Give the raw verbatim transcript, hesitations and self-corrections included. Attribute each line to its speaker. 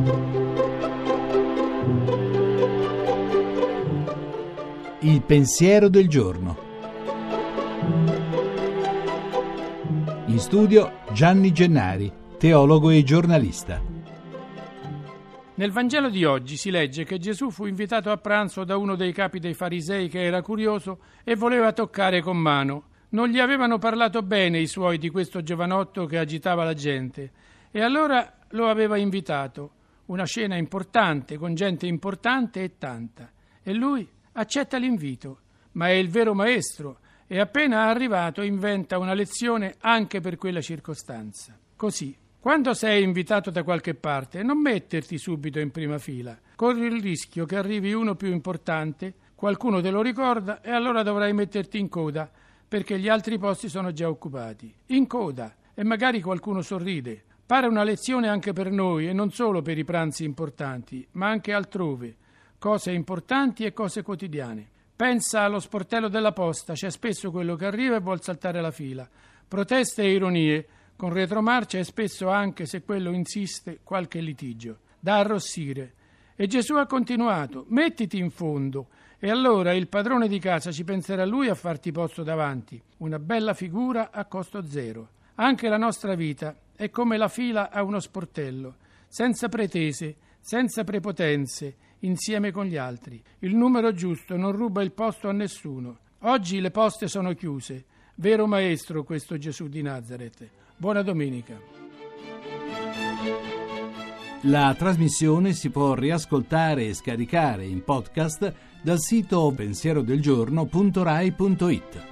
Speaker 1: Il pensiero del giorno. In studio Gianni Gennari, teologo e giornalista.
Speaker 2: Nel Vangelo di oggi si legge che Gesù fu invitato a pranzo da uno dei capi dei farisei che era curioso e voleva toccare con mano. Non gli avevano parlato bene i suoi di questo giovanotto che agitava la gente e allora lo aveva invitato. Una cena importante, con gente importante e tanta. E lui accetta l'invito, ma è il vero maestro e appena arrivato inventa una lezione anche per quella circostanza. Così, quando sei invitato da qualche parte, non metterti subito in prima fila. Corri il rischio che arrivi uno più importante, qualcuno te lo ricorda e allora dovrai metterti in coda perché gli altri posti sono già occupati. In coda, e magari qualcuno sorride. Pare una lezione anche per noi e non solo per i pranzi importanti, ma anche altrove. Cose importanti e cose quotidiane. Pensa allo sportello della posta, c'è spesso quello che arriva e vuol saltare la fila. Proteste e ironie, con retromarcia e spesso anche, se quello insiste, qualche litigio. Da arrossire. E Gesù ha continuato, mettiti in fondo, e allora il padrone di casa ci penserà lui a farti posto davanti. Una bella figura a costo zero. Anche la nostra vita è come la fila a uno sportello, senza pretese, senza prepotenze, insieme con gli altri. Il numero giusto non ruba il posto a nessuno. Oggi le poste sono chiuse. Vero maestro questo Gesù di Nazaret. Buona domenica.
Speaker 1: La trasmissione si può riascoltare e scaricare in podcast dal sito pensierodelgiorno punto rai punto it.